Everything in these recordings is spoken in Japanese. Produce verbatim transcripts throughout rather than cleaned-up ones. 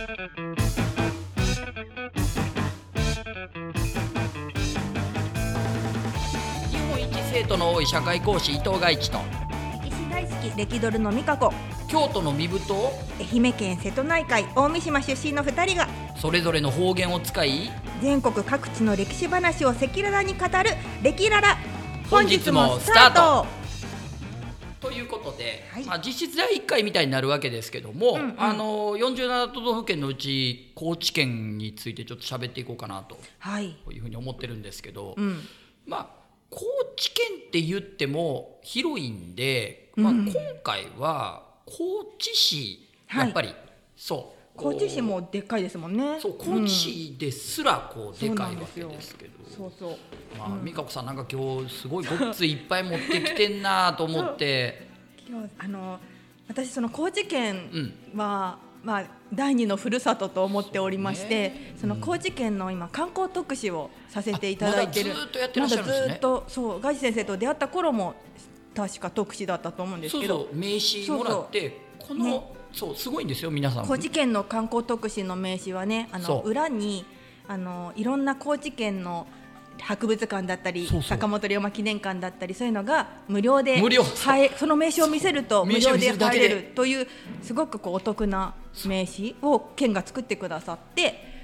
日本一生徒の多い社会講師伊藤賀一と、 歴史大好き歴ドルの美香子、 京都の身分と愛媛県瀬戸内海大三島出身のふたりがそれぞれの方言を使い、 全国各地の歴史話を赤裸々に語る歴ララ。 本日もスタートということで、 はい、 まあ、実質だいいっかいみたいになるわけですけども、 うんうん、 あのよんじゅうなな都道府県のうち高知県についてちょっと喋っていこうかなと、 はい、 こういうふうに思ってるんですけど、 うん、 まあ、高知県って言っても広いんで、まあ、今回は高知市、やっぱり、はい、そう高知市もでっかいですもんね。 そう高知市ですらこうでかいわけですけど、 そうそう、 まあ、美香子さんなんか今日すごいごっついいっぱい持ってきてんなと思って今日あの私その高知県は、うん、まあ、第二のふるさとと思っておりまして、ね、その高知県の今観光特使をさせていただいてる。 まだずっとやってらっしゃるんですね。 まだずっとそうガジ先生と出会った頃も確か特使だったと思うんですけど、 そうそう名刺もらってこの、ね、そうすごいんですよ皆さん。 高知県の観光特使の名刺はね、あの裏にあのいろんな高知県の博物館だったり、そうそう坂本龍馬記念館だったり、そういうのが無料で無料、はい、その名刺を見せると無料で入れるというすごくこうお得な名刺を県が作ってくださって、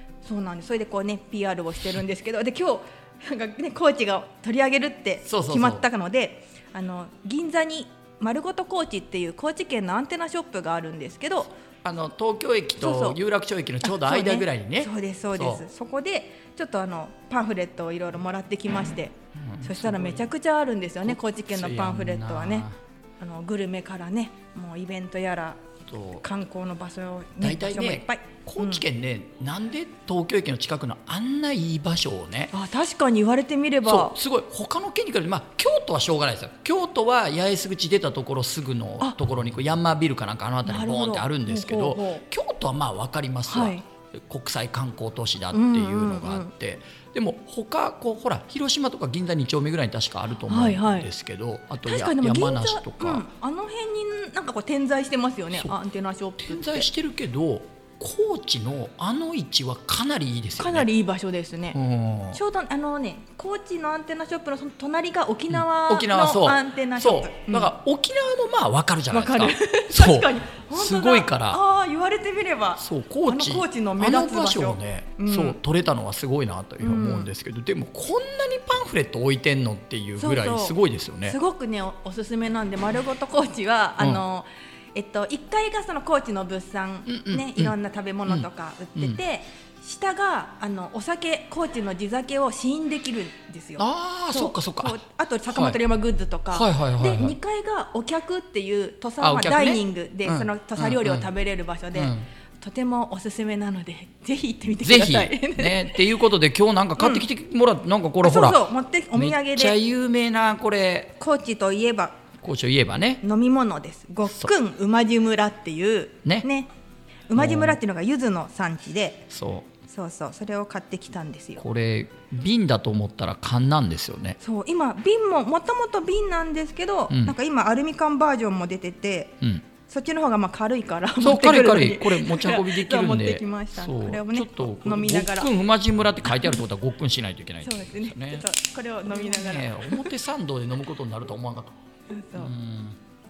そうなんです。それでこうね ピーアール をしてるんですけど、で今日なんかね高知が取り上げるって決まったので、そうそうそう、あの銀座に丸ごと高知っていう高知県のアンテナショップがあるんですけど、あの東京駅と有楽町駅のちょうど間ぐらいにね、 そうですそうです。そこでちょっとあのパンフレットをいろいろもらってきまして、うん、そしたらめちゃくちゃあるんですよね。高知県のパンフレットはね、あのグルメからね、もうイベントやら観光の場所、ね、 大体ね高知県ね、うん、なんで東京駅の近くのあんないい場所をね、 あ確かに言われてみればそうすごい他の県に比べて、まあ、京都はしょうがないですよ。京都は八重洲口出たところすぐのところにこうヤンマービルかなんかあの辺りにボーンってあるんですけど、ほうほうほう、京都はまあ分かりますわ、はい、国際観光都市だっていうのがあって、うんうんうん、でも他こうほら広島とか銀座に丁目ぐらいに確かあると思うんですけど、はいはい、あとや山梨とか、うん、 あの辺になんかこう点在してますよね。アンテナショップって点在してるけど、高知のあの位置はかなりいいですよね。 かなりいい場所ですね。ちょうどあのね高知のアンテナショップのその隣が沖縄の、うん、沖縄そうアンテナショップ、そう、うん、だから沖縄もまあ分かるじゃないですか。分かる確かにすごいから、 ああ言われてみれば、 そう高知、 あの高知の目立つ場所をね、うん、そう取れたのはすごいなというふうに思うんですけど、うん、でもこんなにパンフレット置いてんのっていうぐらいすごいですよね。 そうそう、すごくね お, おすすめなんで、丸ごと高知はあの、うんえっと、いっかいがその高知の物産、うんうんね、いろんな食べ物とか売ってて、うんうん、下があのお酒、高知の地酒を試飲できるんですよ。 ああ、そうかそうか。 あと坂本龍馬グッズとか、はいはいはいはいはい、でにかいがお客っていう土佐、まあ、ダイニングで、うん、その土佐料理を食べれる場所で、うんうん、とてもおすすめなのでぜひ行ってみてください。 ぜひねっていうことで今日なんか買ってきてもらって、うん、なんかこれほらそうそう持ってお土産でめっちゃ有名なこれ高知といえば高知といえばね飲み物です。ごっくん馬路村っていうね、ね馬路村っていうのが柚子の産地で、 そうそうそうそれを買ってきたんですよ。 これ瓶だと思ったら缶なんですよね。 そう今瓶ももともと瓶なんですけど、うん、なんか今アルミ缶バージョンも出てて、うん、そっちの方がまあ軽いからそう軽い軽いこれ持ち運びできるんで持ってきました。これをねちょっと飲みながらごっくん馬路村って書いてあるってことはごっくんしないといけないんですよね。 そうですね。ちょっとこれを飲みながら、ね、 表参道で飲むことになると思わなかったそう、うん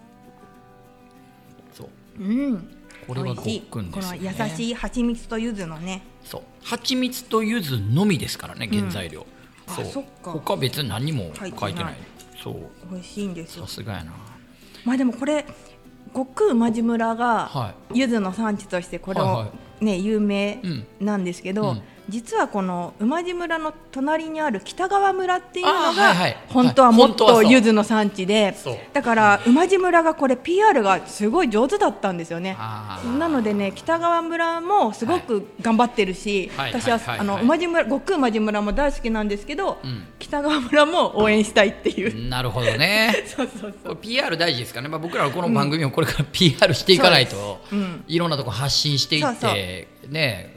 そう、 うん、 これはごっくんですよね。 この優しい蜂蜜と柚子のね、 そう蜂蜜と柚子のみですからね原材料、 うん、そうあそっか他別に何も書いてない。てないそう美味しいんですよ。 さすがやな。 まあでもこれごっくん馬路村が柚子の産地としてこれをね有名なんですけど、うんうん、実はこの馬路村の隣にある北川村っていうのが本当はもっと柚子の産地で、だから馬路村がこれ ピーアール がすごい上手だったんですよね。なのでね北川村もすごく頑張ってるし、私はあの馬路村ごっくん馬路村も大好きなんですけど、うん、北川村も応援したいっていう。 なるほどねそうそうそうピーアール 大事ですからね、まあ、僕らはこの番組をこれから ピーアール していかないと、うん、いろんなところ発信していってそうそうね、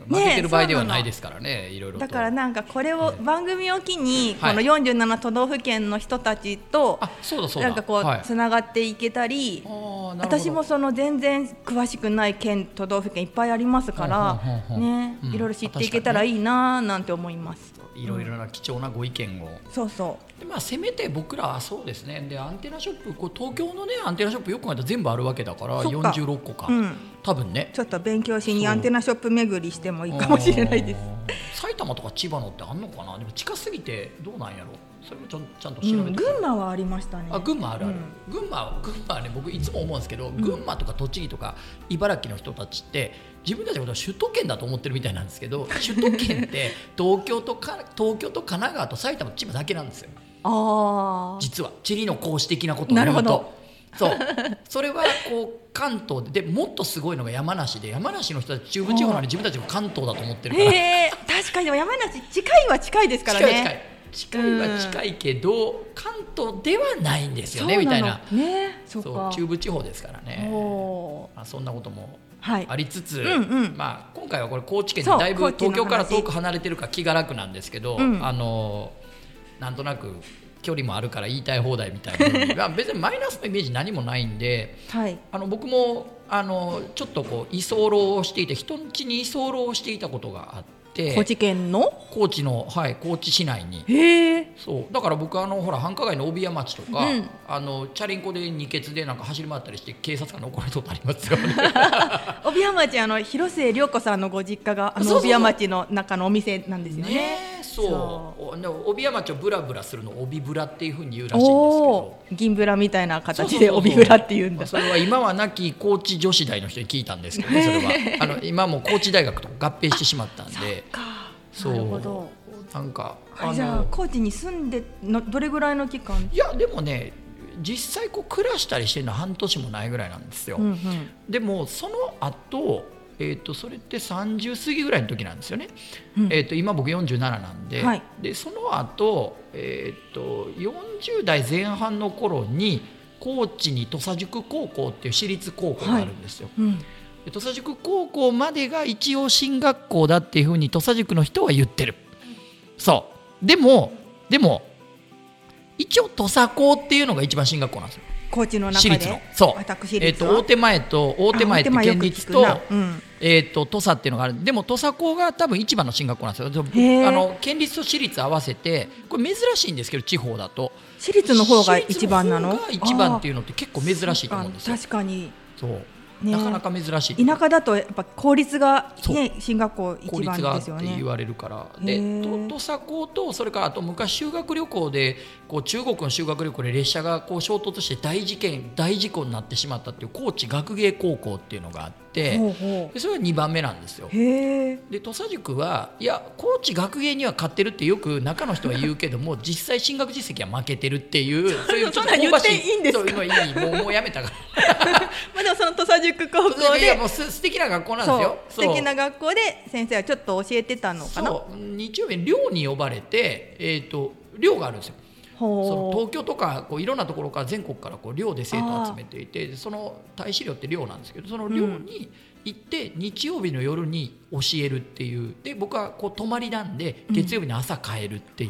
負けてる場合ではないですからね、いろいろと。 だからなんかこれを番組を機にこのよんじゅうなな都道府県の人たちとなんかこうつながっていけたり、私もその全然詳しくない県都道府県いっぱいありますからね、いろいろ知っていけたらいいななんて思います。 いろいろな貴重なご意見を、 そうそうで、まあ、せめて僕らはそうですね、でアンテナショップ、こう東京のねアンテナショップよく考えたら全部あるわけだからよんじゅうろっこか、うん、多分ね、 ちょっと勉強しにアンテナショップ巡りしてもいいかもしれないです。 埼玉とか千葉のってあんのかな。でも近すぎてどうなんやろ、それもちゃん、ちゃんと調べて、うん、 群馬はありましたね。 あ、群馬あるある、うん、群馬群馬はね、僕いつも思うんですけど、うん、群馬とか栃木とか茨城の人たちって自分たちのことは首都圏だと思ってるみたいなんですけど、首都圏って東京とか東京と神奈川と埼玉と千葉だけなんですよ。あ、実は地理の公式的なことを言うと、そう、それはこう関東で、でもっとすごいのが山梨で、山梨の人たち中部地方なのに自分たちも関東だと思ってるから。 へー、確かに山梨近いは近いですからね。 近い近い近いは近いけど関東ではないんですよねみたいな、 ね、 そうそう中部地方ですからね。まあ、そんなこともありつつ、 はい、うんうん、 まあ、今回はこれ高知県でだいぶ東京から遠く離れてるから気が楽なんですけど、うん、あのなんとなく距離もあるから言いたい放題みたいな別にマイナスのイメージ何もないんで、はい、あの僕もあのちょっとこう居候をしていて、人ん家に居候をしていたことがあって、 高知県の高知の、はい、高知市内に。 へー、 そうだから僕あのほら繁華街の帯屋町とか、うん、あのチャリンコで二欠でなんか走り回ったりして警察官に怒られたことありますよね帯屋町、あの広末涼子さんのご実家があの帯屋町の中のお店なんですよね。 ね、そうそう、帯屋町をブラブラするのを帯ブラっていう風に言うらしいんですけど、 銀ブラみたいな形で帯ブラって言うんだ。 それは今はなき高知女子大の人に聞いたんですけどね、それはあの今も高知大学と合併してしまったんで。 そう、なるほど。 なんかあ、じゃあ高知に住んでのどれぐらいの期間？ いやでもね、実際こう暮らしたりしてるのは半年もないぐらいなんですよ、うんうん、でもその後、えーとそれってさんじゅう過ぎぐらいの時なんですよね、うん、えーと今僕よんじゅうなななんで、はい、でその後、えーとよんじゅう代前半の頃に高知に土佐塾高校っていう私立高校があるんですよ、はい、うん、土佐塾高校までが一応進学校だっていうふうに土佐塾の人は言ってる。そうでもでも一応土佐高っていうのが一番進学校なんですよ、 高知の中で。 私立の。そう、えー、と大手前と大手前って県立と、うん、えー、と土佐っていうのがある。でも土佐高が多分一番の進学校なんですよ。あの県立と私立合わせてこれ珍しいんですけど、地方だと私立の方が一番なの？ 私立の方が一番っていうのって結構珍しいと思うんですよ。 確かにそう、ね、なかなか珍しい。 田舎だとやっぱ公立が、ね、進学校一番ですよね。 公立がって言われるからで、土佐高とそれからあと昔修学旅行でこう中国の修学旅行で列車がこう衝突して大事件大事故になってしまったっていう高知学芸高校っていうのがあって、ほうほう、でそれはにばんめなんですよ。へで土佐塾はいや高知学芸には勝ってるってよく中の人は言うけども実際進学実績は負けてるっていうそういうちょっと香ばしい。いいんですか？ そういいもうもうやめたからまあでもその土佐塾高校でいやもうす素敵な学校なんですよ。 素敵な学校で先生はちょっと教えてたのかな。 そう日曜日に寮に呼ばれて、えー、と寮があるんですよ。その東京とかこういろんなところから全国からこう寮で生徒を集めていて、その大使寮って寮なんですけど、その寮に行って日曜日の夜に教えるっていう、で僕はこう泊まりなんで月曜日の朝帰るっていう、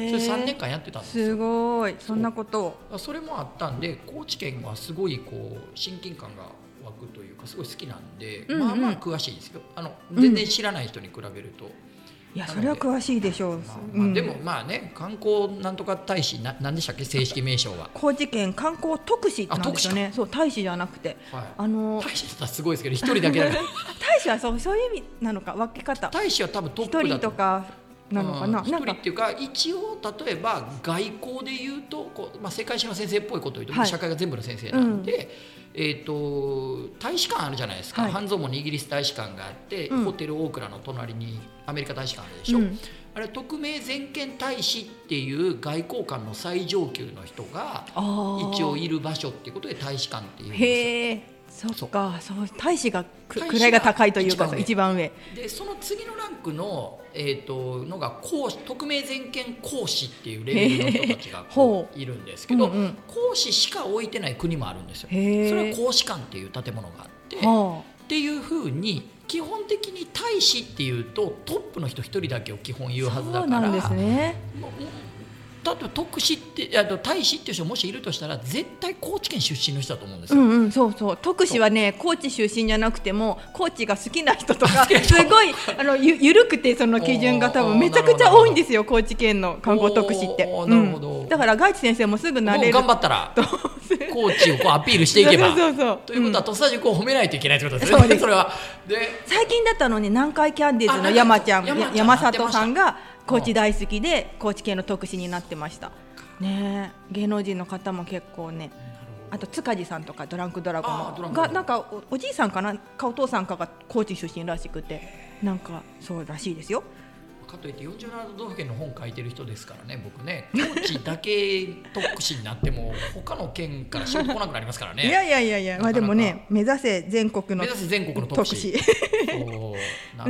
うん、それさんねんかんやってたんですよ。 すごい、そんなことそ, それもあったんで高知県はすごいこう親近感が湧くというかすごい好きなんで、うんうん、まあまあ詳しいですよ。あの全然知らない人に比べると、うん、 いやそれは詳しいでしょう。 まあまあ、でもまあね、観光なんとか大使な何でしたっけ正式名称は。 高知県観光特使なんですよね。そう大使じゃなくて、はい、あの大使だったらすごいですけど一人だけだから大使はそうそういう意味なのか分け方。 大使は多分トップだと。 一人とかなのかな。 一、うん、人っていうか一応例えば外交で言うとこう、まあ、世界史の先生っぽいことを言うと、はい、社会が全部の先生なんで。うん、えー、と大使館あるじゃないですか、はい、半蔵門にイギリス大使館があって、うん、ホテルオークラの隣にアメリカ大使館あるでしょ、うん、あれ特命全権大使っていう外交官の最上級の人が一応いる場所っていうことで大使館っていうんですよ。 へー、そっか、そう大使が位が高いというか一番上で、その次のランクの、えー、とのが講師特命全権講師っていうレベルの人たちがこういるんですけど、うんうん、講師しか置いてない国もあるんですよ。それは公使館っていう建物があってっていうふうに基本的に大使っていうとトップの人一人だけを基本言うはずだから。 そうなんですね。 例えば特使ってあと大使っていう人もしいるとしたら絶対高知県出身の人だと思うんですよ。 うんうん、そうそう。特使はね高知出身じゃなくても高知が好きな人とかすごいあの ゆ, ゆるくてその基準が多分めちゃくちゃ多いんですよ高知県の観光特使って。なるほど、うん、だから外地先生もすぐ慣れる。 頑張ったら高知をこうアピールしていけばそうそうそう、 ということは土佐塾を褒めないといけないということですね。そ, それはで最近だったのに南海キャンディーズの山ちゃん山里さんが高知大好きで高知県の特使になってましたね。芸能人の方も結構ね、あと塚地さんとかドランクドラゴンのがなんか お, おじいさんかなかお父さんかが高知出身らしくてなんかそうらしいですよ。 かといってよんじゅうなな都道府県の本書いてる人ですからね。僕ね高知だけ特使になっても他の県から仕事来なくなりますからね。 いやいやいやいや、まあ、でもね目指せ全国の目指せ全国の特使そうなるほど、うん、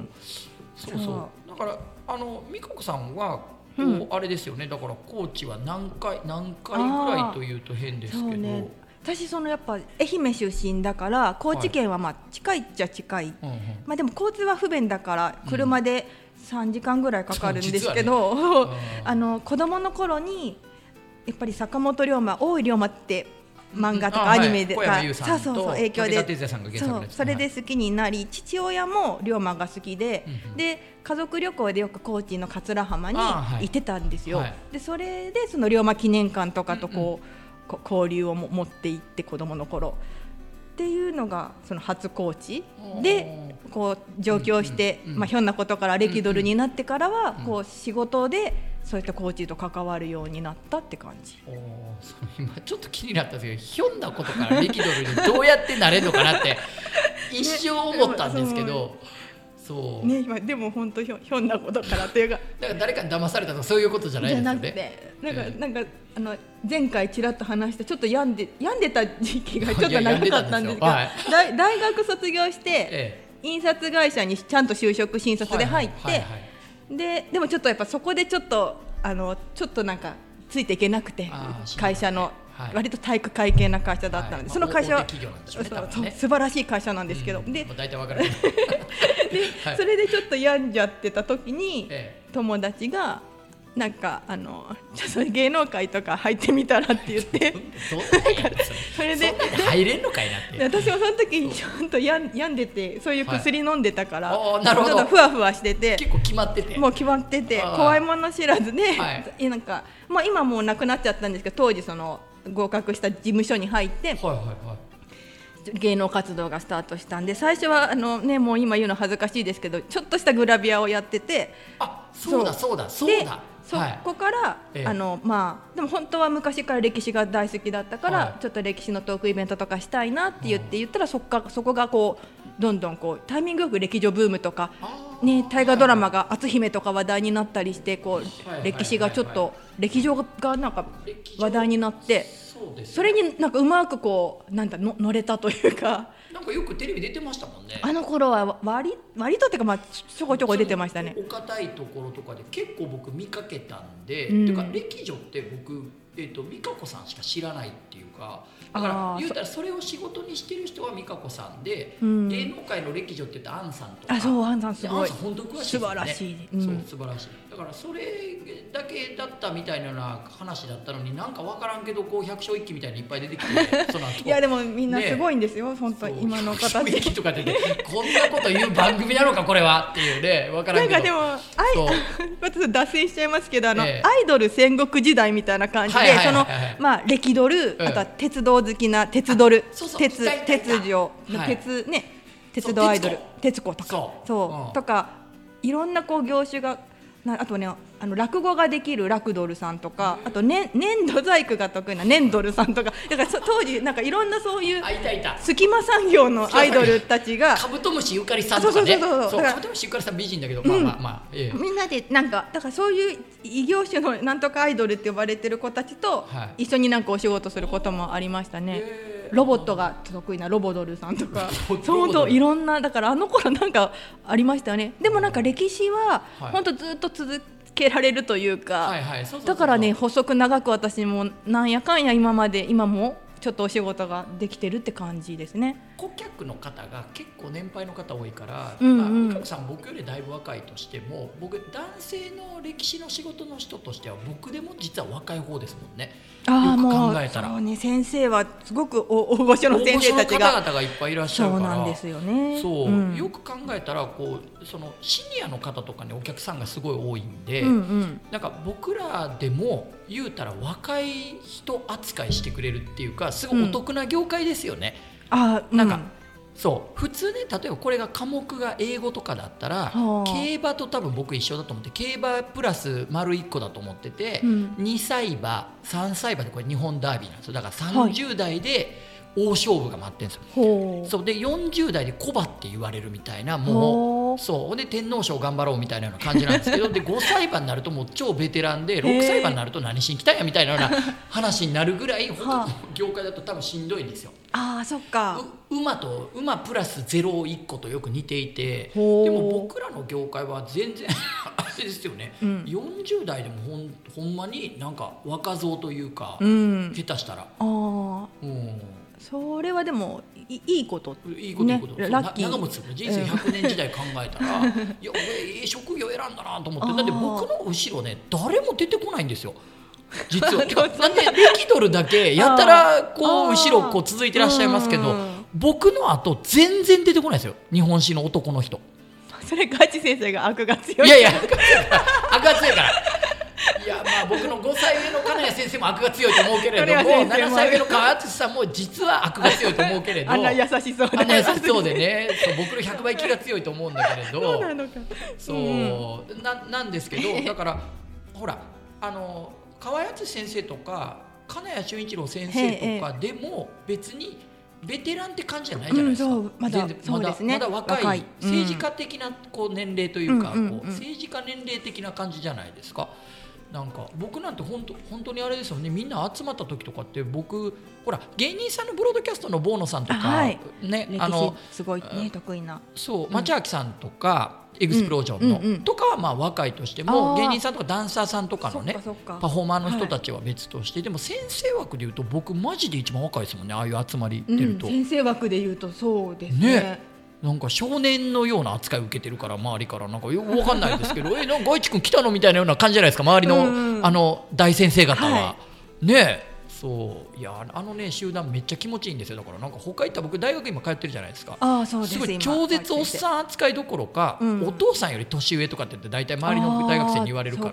そうそうだからあの美香子さんはこう、うん、あれですよね。だから高知は何回何回ぐらいというと変ですけど、そうね、 私そのやっぱ愛媛出身だから高知県はまあ近いっちゃ近い、はい、まあ、でも交通は不便だから車でさんじかんぐらいかかるんですけど、うんね、あの子供の頃にやっぱり坂本龍馬大井龍馬って漫画とかアニメで、 はい、そうそうそう影響でそうそれで好きになり、父親も龍馬が好きで、うんうん、で家族旅行でよく高知の桂浜に行ってたんですよ、はい、でそれでその龍馬記念館とかとこう、うんうん、交流をも持って行って子供の頃っていうのがその初高知でこう上京して、うんうんまあ、ひょんなことから歴ドルになってからはこう仕事でそういったコーチと関わるようになったって感じ。 おそれ今ちょっと気になったんですけどひょんなことから歴ドルにどうやってなれるのかなって一瞬思ったんですけど、そうね、今でも本当ひょひょんなことからというかだから誰かに騙されたとかそういうことじゃないですよね。 じゃなくてなんか、えー、なんかあの前回ちらっと話してちょっと病んで病んでた時期がちょっと長かったんですけど、はい、大, 大学卒業して、えー、印刷会社にちゃんと就職新卒で入って、はいはいはいはい、で, でもちょっとやっぱそこでちょっとあのちょっとなんかついていけなくて会社の、はい、割と体育会系な会社だったので、はい、その会社は、まあね、素晴らしい会社なんですけど、うん、で大体わかるで、 はい、それでちょっと病んじゃってた時に、ええ、友達がなんかあのちょっと芸能界とか入ってみたらって言ってそれで入れんのかいなって私もその時ちゃんと病んでてそういう薬飲んでたから、 はい、ちょっとふわふわしてて結構決まっててもう決まってて怖いもの知らずで、はい、なんか、まあ、今もうなくなっちゃったんですけど当時その合格した事務所に入って、はいはいはい、芸能活動がスタートしたんで最初はあの、ね、もう今言うの恥ずかしいですけどちょっとしたグラビアをやっててあそうだそうだそうだそこから、はいあのまあ、でも本当は昔から歴史が大好きだったから、はい、ちょっと歴史のトークイベントとかしたいなって言って言ったら、うん、そ, かそこがこうどんどんこうタイミングよく歴女ブームとか、ね、大河ドラマが篤姫とか話題になったりしてこう、はい、歴史がちょっと、はいはいはい、歴女がなんか話題になってそ, それになんかうまくこうなんだの乗れたというかなんかよくテレビ出てましたもんね。 あの頃は割割とっていうかまあちょこちょこ出てましたね。 お堅いところとかで結構僕見かけたんで、うん、ていうか歴女って僕えー、と美香子さんしか知らないっていうかだから言うたらそれを仕事にしてる人は美香子さんで、うん、芸能界の歴女って言ったらアンさんとかあそうアンさんすごいアンさん本当詳しいですね。 素晴らしい、 うん、そう素晴らしいだからそれだけだったみたいな話だったのになんか分からんけどこう百姓一揆みたいにいっぱい出てきてその後いやでもみんなすごいんですよ、ね、本当今の方百姓一揆とかで、ね、こんなこと言う番組なのかこれはっていうね分からんけどなんかでも私脱線しちゃいますけどあの、ええ、アイドル戦国時代みたいな感じで、はいはいはいはい、そのまあ、歴ドル、うん、あとは鉄道好きな鉄ドルそうそう鉄鉄女、はい、鉄ね鉄道アイドル鉄子とかそう、 そう、うん、とかいろんなこう業種がなあとねあの落語ができるラクドルさんとかあと、ね、粘土細工が得意な粘ドルさんとかだから当時なんかいろんなそういう隙間産業のアイドルたちがカブトムシゆかりさんとかねカブトムシゆかりさん美人だけど、うん、まあまあまあ、ええ、 みんなでなんかだからそういう異業種のなんとかアイドルって呼ばれてる子たちと一緒になんかお仕事することもありましたね、はい、ロボットが得意なロボドルさんとかそうといろんなだからあの頃なんかありましたね。でもなんか歴史は本当ずっと続けられるというか、はいはい、そうそうそうだからね細く長く私もなんやかんや今まで今もちょっとお仕事ができてるって感じですね。 顧客の方が結構年配の方多いから、 うんうん、 まあ、お客さん僕よりだいぶ若いとしても、僕男性の歴史の仕事の人としては僕でも実は若い方ですもんね。 あ、 よく考えたらもうそう、ね、先生はすごく大御所の先生たちが大御所の方々がいっぱいいらっしゃるから、 そうなんですよね。 そう、 うん、 よく考えたらこうそのシニアの方とかにお客さんがすごい多いんで、 うんうん、 なんか僕らでも言うたら若い人扱いしてくれるっていうか、すごいお得な業界ですよね。 うん、あ、 なんか、うん、そう普通ね、例えばこれが科目が英語とかだったら、はあ、競馬と多分僕一緒だと思って、競馬プラス丸いっこだと思ってて、うん、にさい馬さんさい馬でこれ日本ダービーなんですよ。だからさんじゅう代で大勝負が待ってるんですよ、はい、そうでよんじゅう代でコバって言われるみたいな、もうそうで天皇賞頑張ろうみたいなような感じなんですけどでごさい馬になるともう超ベテランで、ろくさい馬になると何しに来たんやみたいなような話になるぐらい本当に業界だと多分しんどいんですよ。 ああ、そっか。 う馬と馬プラスゼロをいっことよく似ていて、でも僕らの業界は全然あれですよね、うん、よんじゅう代でもほん、ほんまになんか若造というか、うん、下手したら、あ、 うん、それはでも い, いいこといいこと、ね、いいことラッキー。 長持つ人生ひゃくねん時代考えたら、うん、いや俺ええ職業選んだなと思って、だって僕の後ろね誰も出てこないんですよ実は。なんで歴ドルだけやたらこう後ろこう続いてらっしゃいますけど、僕の後全然出てこないですよ、日本史の男の人。 それガチ先生が悪が強い。 いやいや悪が強いからいや、まあ僕のごさい上の金谷先生も悪が強いと思うけれども、ななさい上の川敦さんも実は悪が強いと思うけれど、 あんな優しそうで、 あんな優しそうでね、そう僕のひゃくばい気が強いと思うんだけれど、 そうなのか、 そう、うん、な, なんですけど、だからほらあの河合敦先生とか金谷俊一郎先生とかでも別にベテランって感じじゃないじゃないですか、うん、 まだ全然そうですね、 まだまだ若い、若い、うん、政治家的なこう年齢というか、うんうんうん、こう政治家年齢的な感じじゃないですか。なんか僕なんて本当本当にあれですよね、みんな集まった時とかって僕ほら芸人さんのブロードキャストのボーノさんとか、はい、ね、 あのすごいね得意な、 そう町明さんとか、うん、エグスプロージョンの、うんうんうん、とかはまあ若いとしても芸人さんとかダンサーさんとかのねパフォーマーの人たちは別として、はい、でも先生枠でいうと僕マジで一番若いですもんね、ああいう集まり出ると、 うん、先生枠でいうとそうですね、 ね、なんか少年のような扱いを受けてるから周りからなんかよく分かんないですけどえなんか外地君来たのみたいなような感じじゃないですか周りの、うん、あの大先生方は、はい、ねえ、そういやあのね集団めっちゃ気持ちいいんですよ。だからなんか他行った僕大学今通ってるじゃないですか。 あ、そうです、 すごい超絶おっさん扱いどころか、うん、お父さんより年上とかって言って大体周りの大学生に言われるから、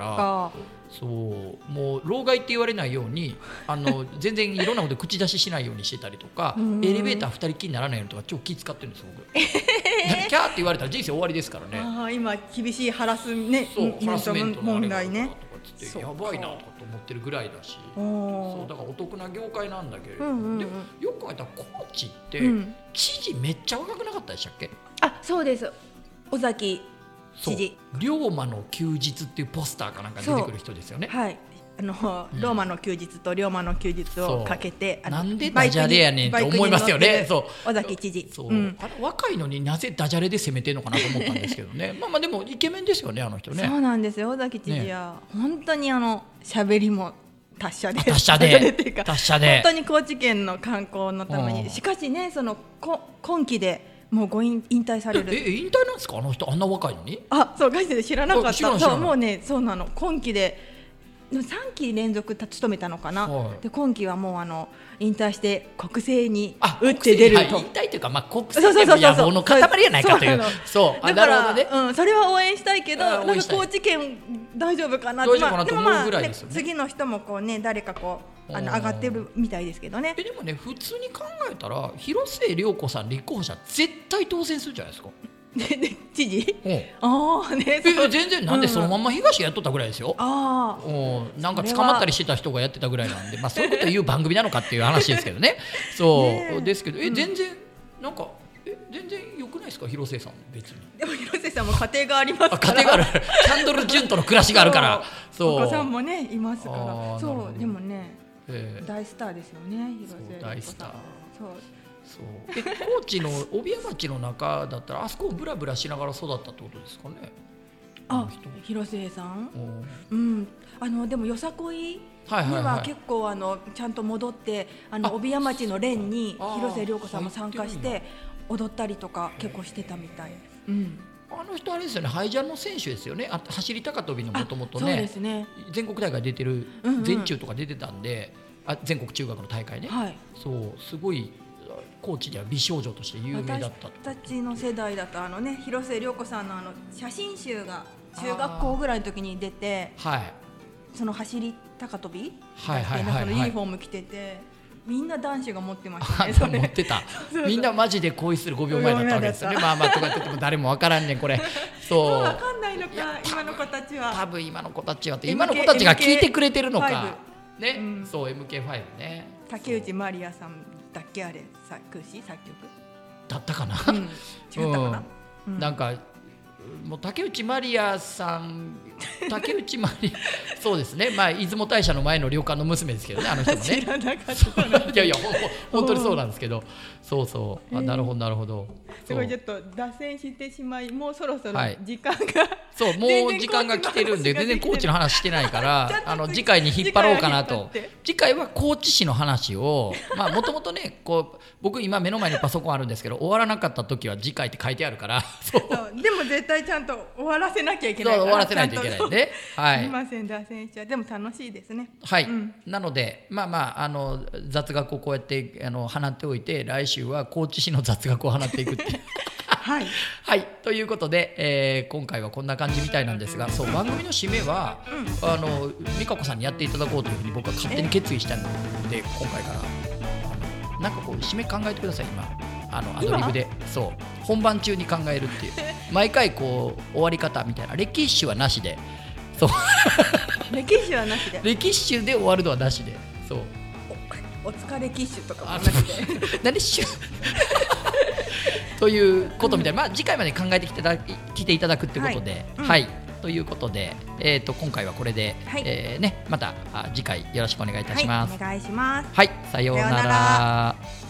そうもう老害って言われないようにあの全然いろんなこと口出ししないようにしてたりとかエレベーターふたりきりにならないようにとか超気使ってるんですよ僕キャーって言われたら人生終わりですからね。 あ、今厳しいハラス、ね、 そうハラスメントの問題ね、 やばいなとかと思ってるぐらいだし、そうだからお得な業界なんだけれども、うんうんうん、でもよく考えたら高知って、うん、知事めっちゃ若くなかったでしたっけ？ あ、そうです、尾崎知事。 龍馬の休日っていうポスターかなんか出てくる人ですよね。 はい、あの、うん、ローマの休日と龍馬の休日をかけて、あのなんでダジャレやねんって思いますよね。そう尾崎知事、 そう、うん、あの若いのになぜダジャレで攻めてるのかなと思ったんですけどねまあまあでもイケメンですよねあの人ね。 そうなんですよ、尾崎知事は、ね、本当にあの喋りも達者で達者で達者で本当に高知県の観光のために、しかしねそのこ今期でもうご引退される。 ええ引退なんですかあの人、あんな若いのに。 あ、そうガチで知らなかった。そうもうね、そうなの、今期でさんき連続務めたのかな、はい、で今期はもうあの引退して国政に打って出ると。 引退というか、まあ、国政でも野望の塊やないかという。そうだから、ね、うん、それは応援したいけど、なんか高知県大丈夫かなって、まあ、でもまあ、ね、次の人もこうね誰かこうあの上がってるみたいですけどね。 えでもね普通に考えたら広末涼子さん立候補者絶対当選するじゃないですか。 でで知事、 うん、ああね、え全然なんでそのまんま東がやっとったぐらいですよ、うん、あなんか捕まったりしてた人がやってたぐらいなんで、まあ、そういうこと言う番組なのかっていう話ですけどねそうねですけど、え全然なんかえ全然良くないですか広末さん別に。 でも広末さんも家庭がありますから。 家庭があるキャンドル・ジュンとの暮らしがあるからそうお子さんもねいますから。そうでもね、えー、大スターですよね広末さん。 大スターそうそうえ高知の帯屋町の中だったらあそこをブラブラしながら育ったってことですかね。 あ、広末さん、うん、あのでもよさこいには結構あのちゃんと戻ってあの帯屋町の連に広末涼子さんも参加して踊ったりとか結構してたみたい。うん、 あの人あれですよね、ハイジャンの選手ですよね。あ、走り高跳びのもともとね、全国大会出てる、うんうん、全中とか出てたんで、あ、全国中学の大会ね、はい、そうすごい高知では美少女として有名だった。 私たちの世代だとあのね、広末涼子さんのあの写真集が中学校ぐらいの時に出て、はい、その走り高跳びだってなんかのユニフォーム着てて、みんな男子が持ってましたね。それ持ってたみんなマジで恋するごびょうまえだったわけですよね。まあまあとかっても誰もわからんねんこれ。 そうわかんないのか今の子たちは。 多分今の子たちはって今の子たちが聞いてくれてるのかね、うん、そう エムケーファイブ ね。 竹内まりやさんだっけあれ作詞作曲だったかな、 うん、違ったかな、 うん、なんかもう竹内まりやさん竹内まりそうですね、まあ出雲大社の前の旅館の娘ですけどね、あの人もね。 知らなかったいやいや本当にそうなんですけど、そうそう、あ、なるほどなるほど。 すごいちょっと脱線してしまい、もうそろそろ時間が、はい、 そうもう時間が来てるんで全然高知の話してないからあの次回に引っ張ろうかなと。次回は高知市の話を、まあもともとねこう僕今目の前にパソコンあるんですけど、終わらなかった時は次回って書いてあるから、そうそうでも絶対ちゃんと終わらせなきゃいけないから、 終わらせないといけないね。はい、 すみません脱線しちゃう。でも楽しいですね。 はい、うん、なのでまあまああの雑学をこうやってあの放っておいて、来週は高知市の雑学を放っていくっていうはい、 はい、ということで、えー、今回はこんな感じみたいなんですが、そう番組の締めは、うん、あの美香子さんにやっていただこうというふうに僕は勝手に決意したので、今回からあのなんかこう締め考えてください。今あのアドリブで、そう本番中に考えるっていう毎回こう終わり方みたいな、歴史はなしで、そう歴史はなしで歴史で終わるのはなしで、そうお, お疲れキッシュとかもなしで何しゅということみたいな、まあ、次回まで考えてきていただきていただくってことで、はい、うんはい、ということで、えー、と今回はこれで、はい、えーね、また次回よろしくお願いいたします。 はい、お願いします。 はい、さようなら。